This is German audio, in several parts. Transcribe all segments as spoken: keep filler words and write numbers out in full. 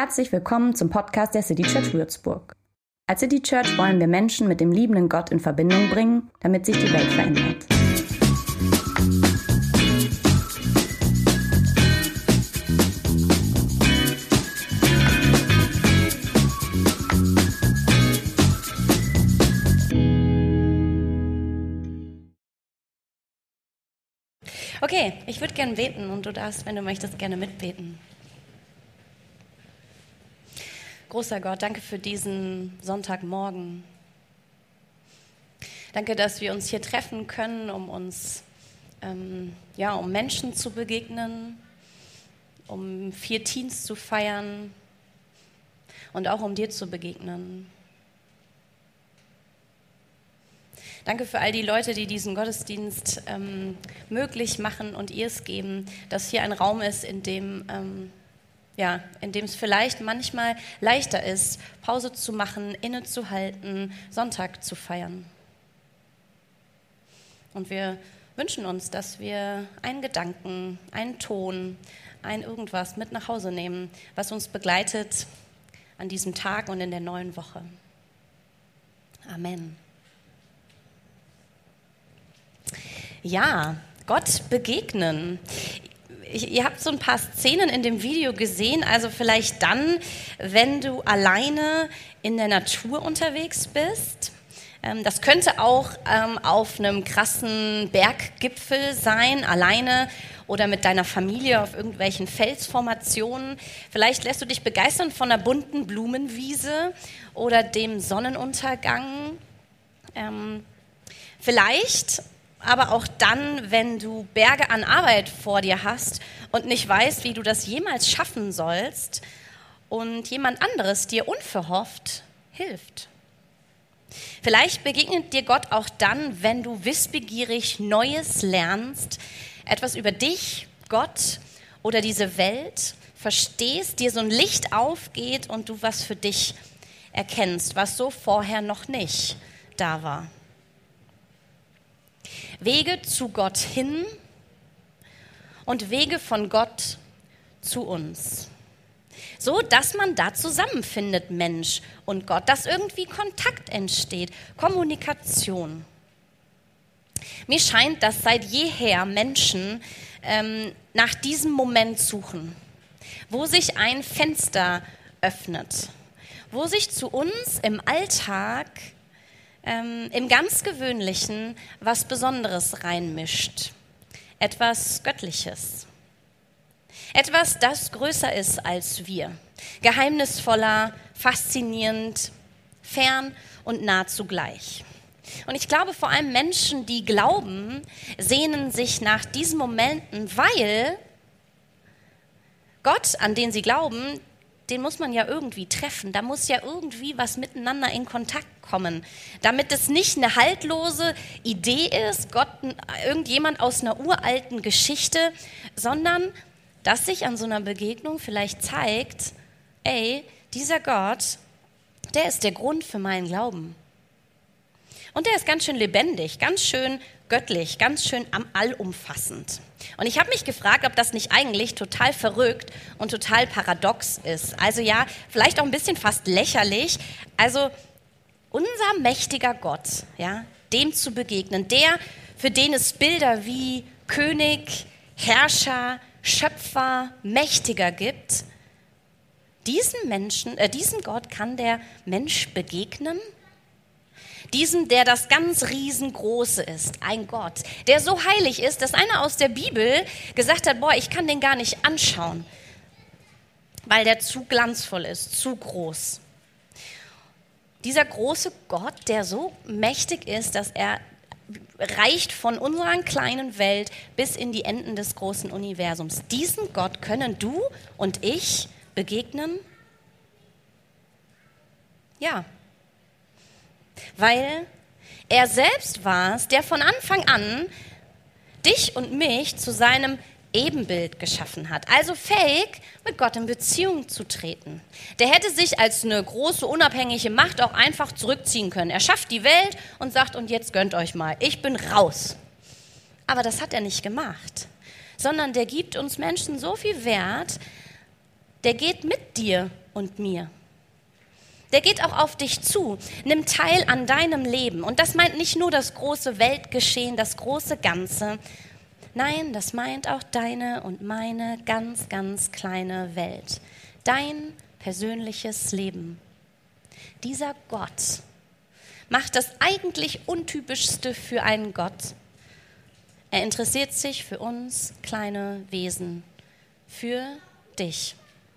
Herzlich willkommen zum Podcast der City Church Würzburg. Als City Church wollen wir Menschen mit dem liebenden Gott in Verbindung bringen, damit sich die Welt verändert. Okay, ich würde gerne beten und du darfst, wenn du möchtest, gerne mitbeten. Großer Gott, danke für diesen Sonntagmorgen. Danke, dass wir uns hier treffen können, um uns, ähm, ja, um Menschen zu begegnen, um vier Teens zu feiern und auch um dir zu begegnen. Danke für all die Leute, die diesen Gottesdienst ähm, möglich machen und ihr es geben, dass hier ein Raum ist, in dem, ähm, ja, in dem es vielleicht manchmal leichter ist, Pause zu machen, innezuhalten, Sonntag zu feiern. Und wir wünschen uns, dass wir einen Gedanken, einen Ton, ein irgendwas mit nach Hause nehmen, was uns begleitet an diesem Tag und in der neuen Woche. Amen. Ja, Gott begegnen. Ich, ihr habt so ein paar Szenen in dem Video gesehen, also vielleicht dann, wenn du alleine in der Natur unterwegs bist. Ähm, das könnte auch ähm, auf einem krassen Berggipfel sein, alleine oder mit deiner Familie auf irgendwelchen Felsformationen. Vielleicht lässt du dich begeistern von einer bunten Blumenwiese oder dem Sonnenuntergang. Ähm, vielleicht aber auch dann, wenn du Berge an Arbeit vor dir hast und nicht weißt, wie du das jemals schaffen sollst und jemand anderes dir unverhofft hilft. Vielleicht begegnet dir Gott auch dann, wenn du wissbegierig Neues lernst, etwas über dich, Gott oder diese Welt verstehst, dir so ein Licht aufgeht und du was für dich erkennst, was so vorher noch nicht da war. Wege zu Gott hin und Wege von Gott zu uns. So, dass man da zusammenfindet, Mensch und Gott, dass irgendwie Kontakt entsteht, Kommunikation. Mir scheint, dass seit jeher Menschen ähm, nach diesem Moment suchen, wo sich ein Fenster öffnet, wo sich zu uns im Alltag Ähm, im ganz Gewöhnlichen was Besonderes reinmischt, etwas Göttliches, etwas, das größer ist als wir, geheimnisvoller, faszinierend, fern und nah zugleich. Und ich glaube, vor allem Menschen, die glauben, sehnen sich nach diesen Momenten, weil Gott, an den sie glauben, den muss man ja irgendwie treffen, da muss ja irgendwie was miteinander in Kontakt kommen, damit es nicht eine haltlose Idee ist, Gott, irgendjemand aus einer uralten Geschichte, sondern dass sich an so einer Begegnung vielleicht zeigt, ey, dieser Gott, der ist der Grund für meinen Glauben. Und der ist ganz schön lebendig, ganz schön göttlich, ganz schön allumfassend. Und ich habe mich gefragt, ob das nicht eigentlich total verrückt und total paradox ist. Also ja, vielleicht auch ein bisschen fast lächerlich. Also unser mächtiger Gott, ja, dem zu begegnen, der, für den es Bilder wie König, Herrscher, Schöpfer, Mächtiger gibt, diesen Menschen, äh, diesem Gott kann der Mensch begegnen. Diesem, der das ganz Riesengroße ist, ein Gott, der so heilig ist, dass einer aus der Bibel gesagt hat, boah, ich kann den gar nicht anschauen, weil der zu glanzvoll ist, zu groß. Dieser große Gott, der so mächtig ist, dass er reicht von unserer kleinen Welt bis in die Enden des großen Universums. Diesem Gott können du und ich begegnen? Ja. Weil er selbst war es, der von Anfang an dich und mich zu seinem Ebenbild geschaffen hat. Also fähig, mit Gott in Beziehung zu treten. Der hätte sich als eine große, unabhängige Macht auch einfach zurückziehen können. Er schafft die Welt und sagt, und jetzt gönnt euch mal, ich bin raus. Aber das hat er nicht gemacht, sondern der gibt uns Menschen so viel Wert, der geht mit dir und mir. Der geht auch auf dich zu, nimmt teil an deinem Leben. Und das meint nicht nur das große Weltgeschehen, das große Ganze. Nein, das meint auch deine und meine ganz, ganz kleine Welt. Dein persönliches Leben. Dieser Gott macht das eigentlich Untypischste für einen Gott. Er interessiert sich für uns kleine Wesen, für dich.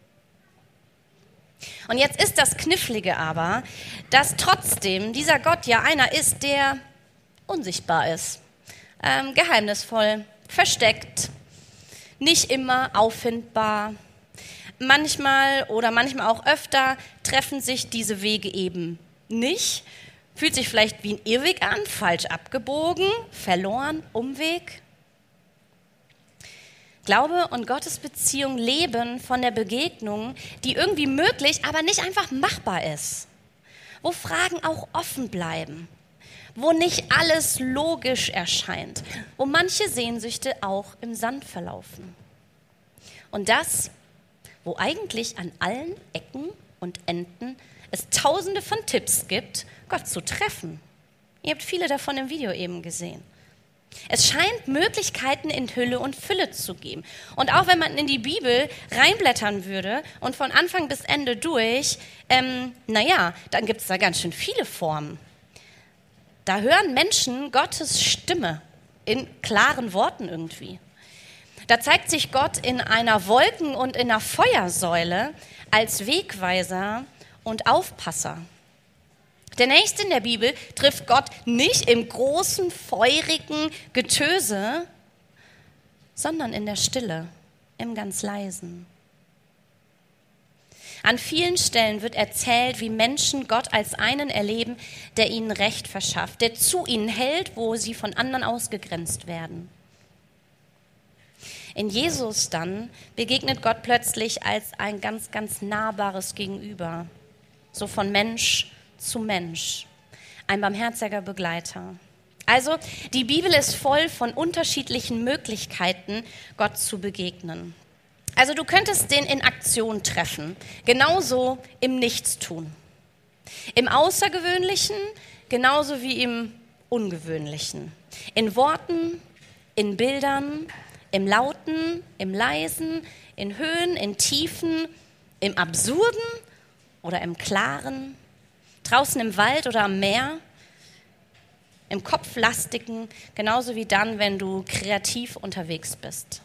Und jetzt ist das Knifflige aber, dass trotzdem dieser Gott ja einer ist, der unsichtbar ist, ähm, geheimnisvoll, versteckt, nicht immer auffindbar. Manchmal oder manchmal auch öfter treffen sich diese Wege eben nicht. Fühlt sich vielleicht wie ein Irrweg an, falsch abgebogen, verloren, Umweg. Glaube und Gottesbeziehung leben von der Begegnung, die irgendwie möglich, aber nicht einfach machbar ist. Wo Fragen auch offen bleiben. Wo nicht alles logisch erscheint. Wo manche Sehnsüchte auch im Sand verlaufen. Und das, wo eigentlich an allen Ecken und Enden es tausende von Tipps gibt, Gott zu treffen. Ihr habt viele davon im Video eben gesehen. Es scheint Möglichkeiten in Hülle und Fülle zu geben. Und auch wenn man in die Bibel reinblättern würde und von Anfang bis Ende durch, ähm, naja, dann gibt es da ganz schön viele Formen. Da hören Menschen Gottes Stimme in klaren Worten irgendwie. Da zeigt sich Gott in einer Wolken- und in einer Feuersäule als Wegweiser und Aufpasser. Der Nächste in der Bibel trifft Gott nicht im großen, feurigen Getöse, sondern in der Stille, im ganz Leisen. An vielen Stellen wird erzählt, wie Menschen Gott als einen erleben, der ihnen Recht verschafft, der zu ihnen hält, wo sie von anderen ausgegrenzt werden. In Jesus dann begegnet Gott plötzlich als ein ganz, ganz nahbares Gegenüber, so von Mensch zu Mensch, ein barmherziger Begleiter. Also die Bibel ist voll von unterschiedlichen Möglichkeiten, Gott zu begegnen. Also du könntest den in Aktion treffen, genauso im Nichtstun. Im Außergewöhnlichen genauso wie im Ungewöhnlichen. In Worten, in Bildern, im Lauten, im Leisen, in Höhen, in Tiefen, im Absurden oder im Klaren, draußen im Wald oder am Meer, im Kopflastigen, genauso wie dann, wenn du kreativ unterwegs bist.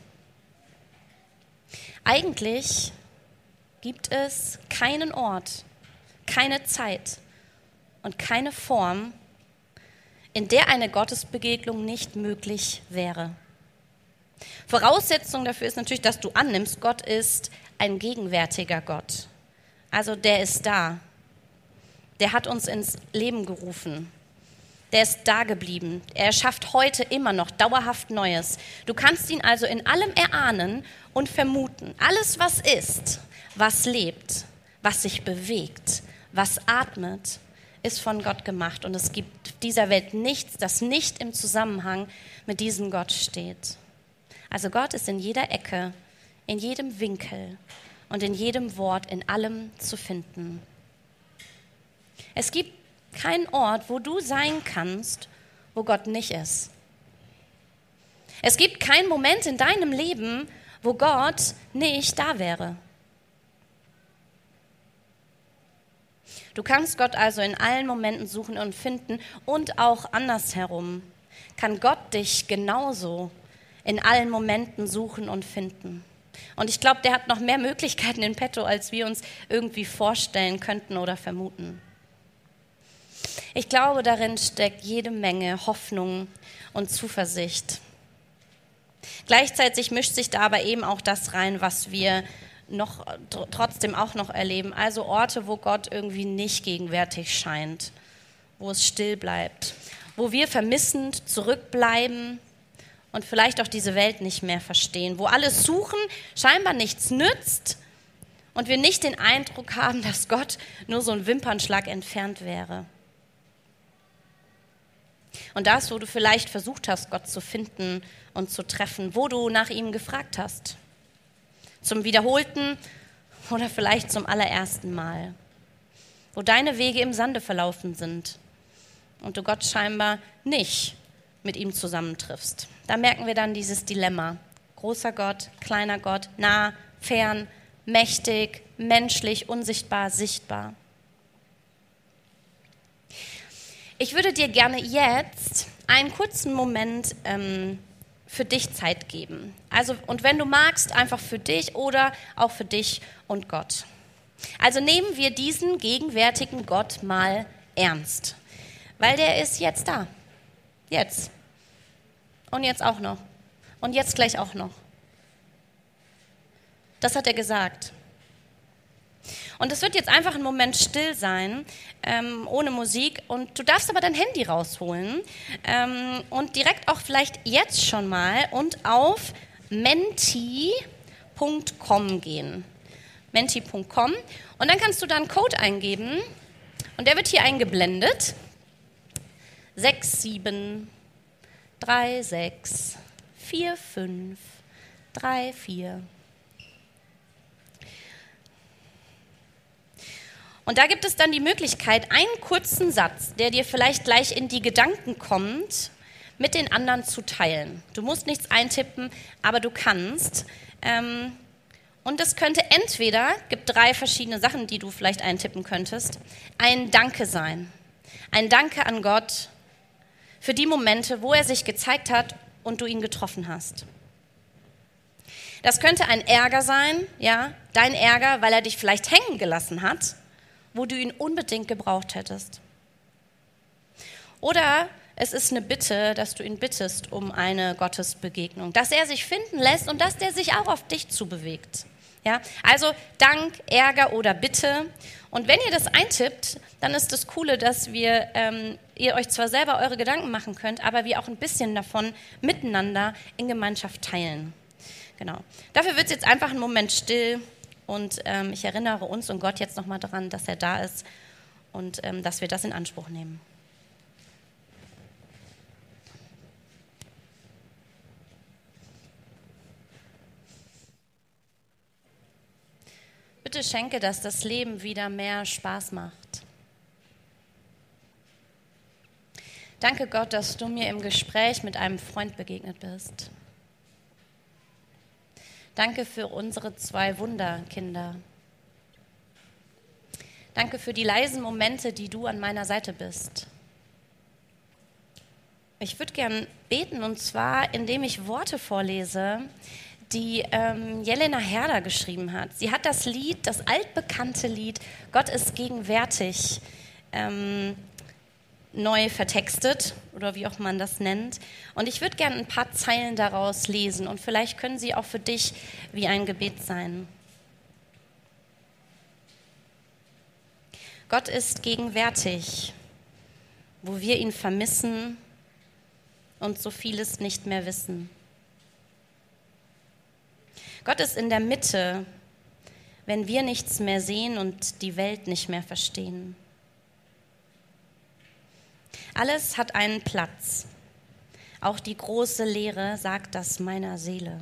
Eigentlich gibt es keinen Ort, keine Zeit und keine Form, in der eine Gottesbegegnung nicht möglich wäre. Voraussetzung dafür ist natürlich, dass du annimmst, Gott ist ein gegenwärtiger Gott. Also der ist da. Der hat uns ins Leben gerufen. Der ist da geblieben. Er schafft heute immer noch dauerhaft Neues. Du kannst ihn also in allem erahnen und vermuten. Alles, was ist, was lebt, was sich bewegt, was atmet, ist von Gott gemacht. Und es gibt dieser Welt nichts, das nicht im Zusammenhang mit diesem Gott steht. Also Gott ist in jeder Ecke, in jedem Winkel und in jedem Wort, in allem zu finden. Es gibt keinen Ort, wo du sein kannst, wo Gott nicht ist. Es gibt keinen Moment in deinem Leben, wo Gott nicht da wäre. Du kannst Gott also in allen Momenten suchen und finden und auch andersherum kann Gott dich genauso in allen Momenten suchen und finden. Und ich glaube, der hat noch mehr Möglichkeiten in petto, als wir uns irgendwie vorstellen könnten oder vermuten. Ich glaube, darin steckt jede Menge Hoffnung und Zuversicht. Gleichzeitig mischt sich da aber eben auch das rein, was wir noch, trotzdem auch noch erleben. Also Orte, wo Gott irgendwie nicht gegenwärtig scheint, wo es still bleibt, wo wir vermissend zurückbleiben und vielleicht auch diese Welt nicht mehr verstehen, wo alles Suchen scheinbar nichts nützt und wir nicht den Eindruck haben, dass Gott nur so ein Wimpernschlag entfernt wäre. Und das, wo du vielleicht versucht hast, Gott zu finden und zu treffen, wo du nach ihm gefragt hast. Zum wiederholten oder vielleicht zum allerersten Mal, wo deine Wege im Sande verlaufen sind und du Gott scheinbar nicht mit ihm zusammentriffst. Da merken wir dann dieses Dilemma. Großer Gott, kleiner Gott, nah, fern, mächtig, menschlich, unsichtbar, sichtbar. Ich würde dir gerne jetzt einen kurzen Moment ähm, für dich Zeit geben. Also, und wenn du magst, einfach für dich oder auch für dich und Gott. Also nehmen wir diesen gegenwärtigen Gott mal ernst, weil der ist jetzt da. Jetzt. Und jetzt auch noch. Und jetzt gleich auch noch. Das hat er gesagt. Und es wird jetzt einfach ein Moment still sein, ähm, ohne Musik. Und du darfst aber dein Handy rausholen ähm, und direkt auch vielleicht jetzt schon mal und auf menti punkt com gehen. menti punkt com. Und dann kannst du da einen Code eingeben und der wird hier eingeblendet. sechs sieben drei sechs vier fünf drei vier. Und da gibt es dann die Möglichkeit, einen kurzen Satz, der dir vielleicht gleich in die Gedanken kommt, mit den anderen zu teilen. Du musst nichts eintippen, aber du kannst. Ähm, und es könnte entweder, gibt drei verschiedene Sachen, die du vielleicht eintippen könntest, ein Danke sein. Ein Danke an Gott für die Momente, wo er sich gezeigt hat und du ihn getroffen hast. Das könnte ein Ärger sein, ja, dein Ärger, weil er dich vielleicht hängen gelassen hat, wo du ihn unbedingt gebraucht hättest. Oder es ist eine Bitte, dass du ihn bittest um eine Gottesbegegnung, dass er sich finden lässt und dass der sich auch auf dich zubewegt. Ja? Also Dank, Ärger oder Bitte. Und wenn ihr das eintippt, dann ist das Coole, dass wir, ähm, ihr euch zwar selber eure Gedanken machen könnt, aber wir auch ein bisschen davon miteinander in Gemeinschaft teilen. Genau. Dafür wird es jetzt einfach einen Moment still. Und ähm, ich erinnere uns und Gott jetzt nochmal daran, dass er da ist und ähm, dass wir das in Anspruch nehmen. Bitte schenke, dass das Leben wieder mehr Spaß macht. Danke Gott, dass du mir im Gespräch mit einem Freund begegnet bist. Danke für unsere zwei Wunderkinder. Danke für die leisen Momente, die du an meiner Seite bist. Ich würde gern beten, und zwar, indem ich Worte vorlese, die ähm, Jelena Herder geschrieben hat. Sie hat das Lied, das altbekannte Lied Gott ist gegenwärtig, ähm, neu vertextet oder wie auch man das nennt. Und ich würde gerne ein paar Zeilen daraus lesen und vielleicht können sie auch für dich wie ein Gebet sein. Gott ist gegenwärtig, wo wir ihn vermissen und so vieles nicht mehr wissen. Gott ist in der Mitte, wenn wir nichts mehr sehen und die Welt nicht mehr verstehen. Alles hat einen Platz. Auch die große Leere sagt das meiner Seele.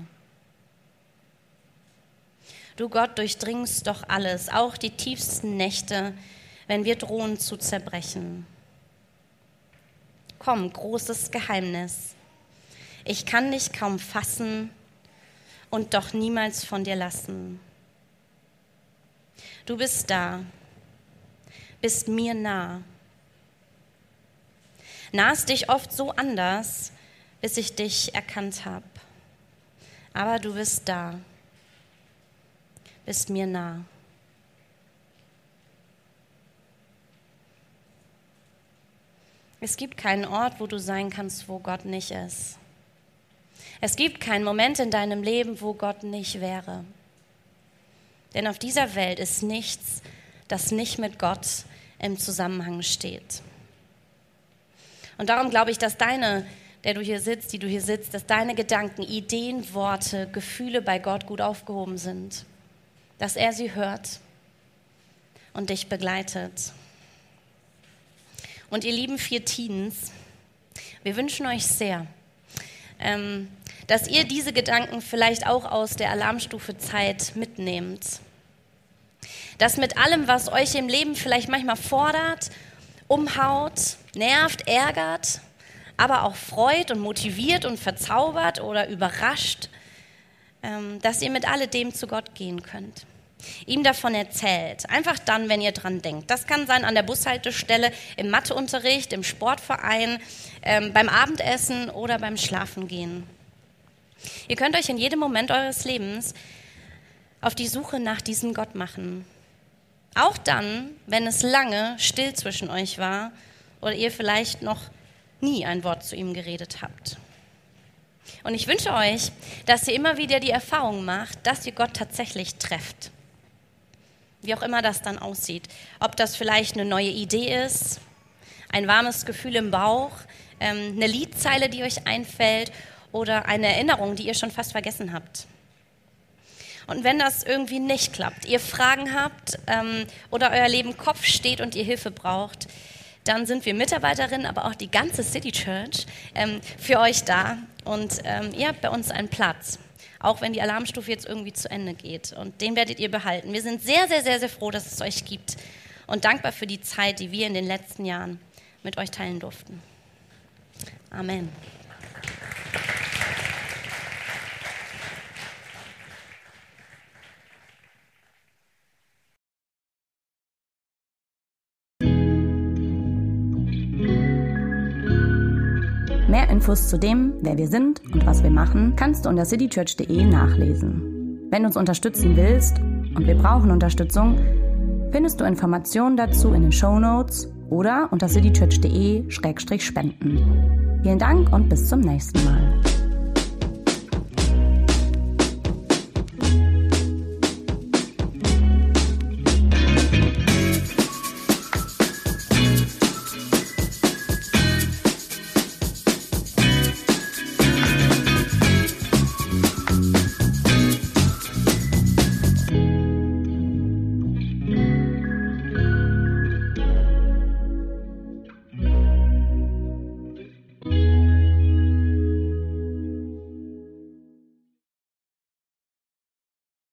Du Gott durchdringst doch alles, auch die tiefsten Nächte, wenn wir drohen zu zerbrechen. Komm, großes Geheimnis. Ich kann dich kaum fassen und doch niemals von dir lassen. Du bist da, bist mir nah. Nahst dich oft so anders, bis ich dich erkannt habe. Aber du bist da, bist mir nah. Es gibt keinen Ort, wo du sein kannst, wo Gott nicht ist. Es gibt keinen Moment in deinem Leben, wo Gott nicht wäre. Denn auf dieser Welt ist nichts, das nicht mit Gott im Zusammenhang steht. Und darum glaube ich, dass deine, der du hier sitzt, die du hier sitzt, dass deine Gedanken, Ideen, Worte, Gefühle bei Gott gut aufgehoben sind. Dass er sie hört und dich begleitet. Und ihr lieben vier Teens, wir wünschen euch sehr, ähm, dass ihr diese Gedanken vielleicht auch aus der Alarmstufe Zeit mitnehmt. Dass mit allem, was euch im Leben vielleicht manchmal fordert, umhaut, nervt, ärgert, aber auch freut und motiviert und verzaubert oder überrascht, ähm, dass ihr mit alledem zu Gott gehen könnt. Ihm davon erzählt, einfach dann, wenn ihr dran denkt. Das kann sein an der Bushaltestelle, im Matheunterricht, im Sportverein, ähm, beim Abendessen oder beim Schlafengehen. Ihr könnt euch in jedem Moment eures Lebens auf die Suche nach diesem Gott machen. Auch dann, wenn es lange still zwischen euch war oder ihr vielleicht noch nie ein Wort zu ihm geredet habt. Und ich wünsche euch, dass ihr immer wieder die Erfahrung macht, dass ihr Gott tatsächlich trefft. Wie auch immer das dann aussieht. Ob das vielleicht eine neue Idee ist, ein warmes Gefühl im Bauch, ähm, eine Liedzeile, die euch einfällt oder eine Erinnerung, die ihr schon fast vergessen habt. Und wenn das irgendwie nicht klappt, ihr Fragen habt ähm, oder euer Leben Kopf steht und ihr Hilfe braucht, dann sind wir Mitarbeiterinnen, aber auch die ganze City Church ähm, für euch da. Und ähm, ihr habt bei uns einen Platz, auch wenn die Alarmstufe jetzt irgendwie zu Ende geht. Und den werdet ihr behalten. Wir sind sehr, sehr, sehr, sehr froh, dass es euch gibt und dankbar für die Zeit, die wir in den letzten Jahren mit euch teilen durften. Amen. Mehr Infos zu dem, wer wir sind und was wir machen, kannst du unter citychurch punkt de nachlesen. Wenn du uns unterstützen willst, und wir brauchen Unterstützung, findest du Informationen dazu in den Shownotes oder unter citychurch punkt de slash spenden. Vielen Dank und bis zum nächsten Mal.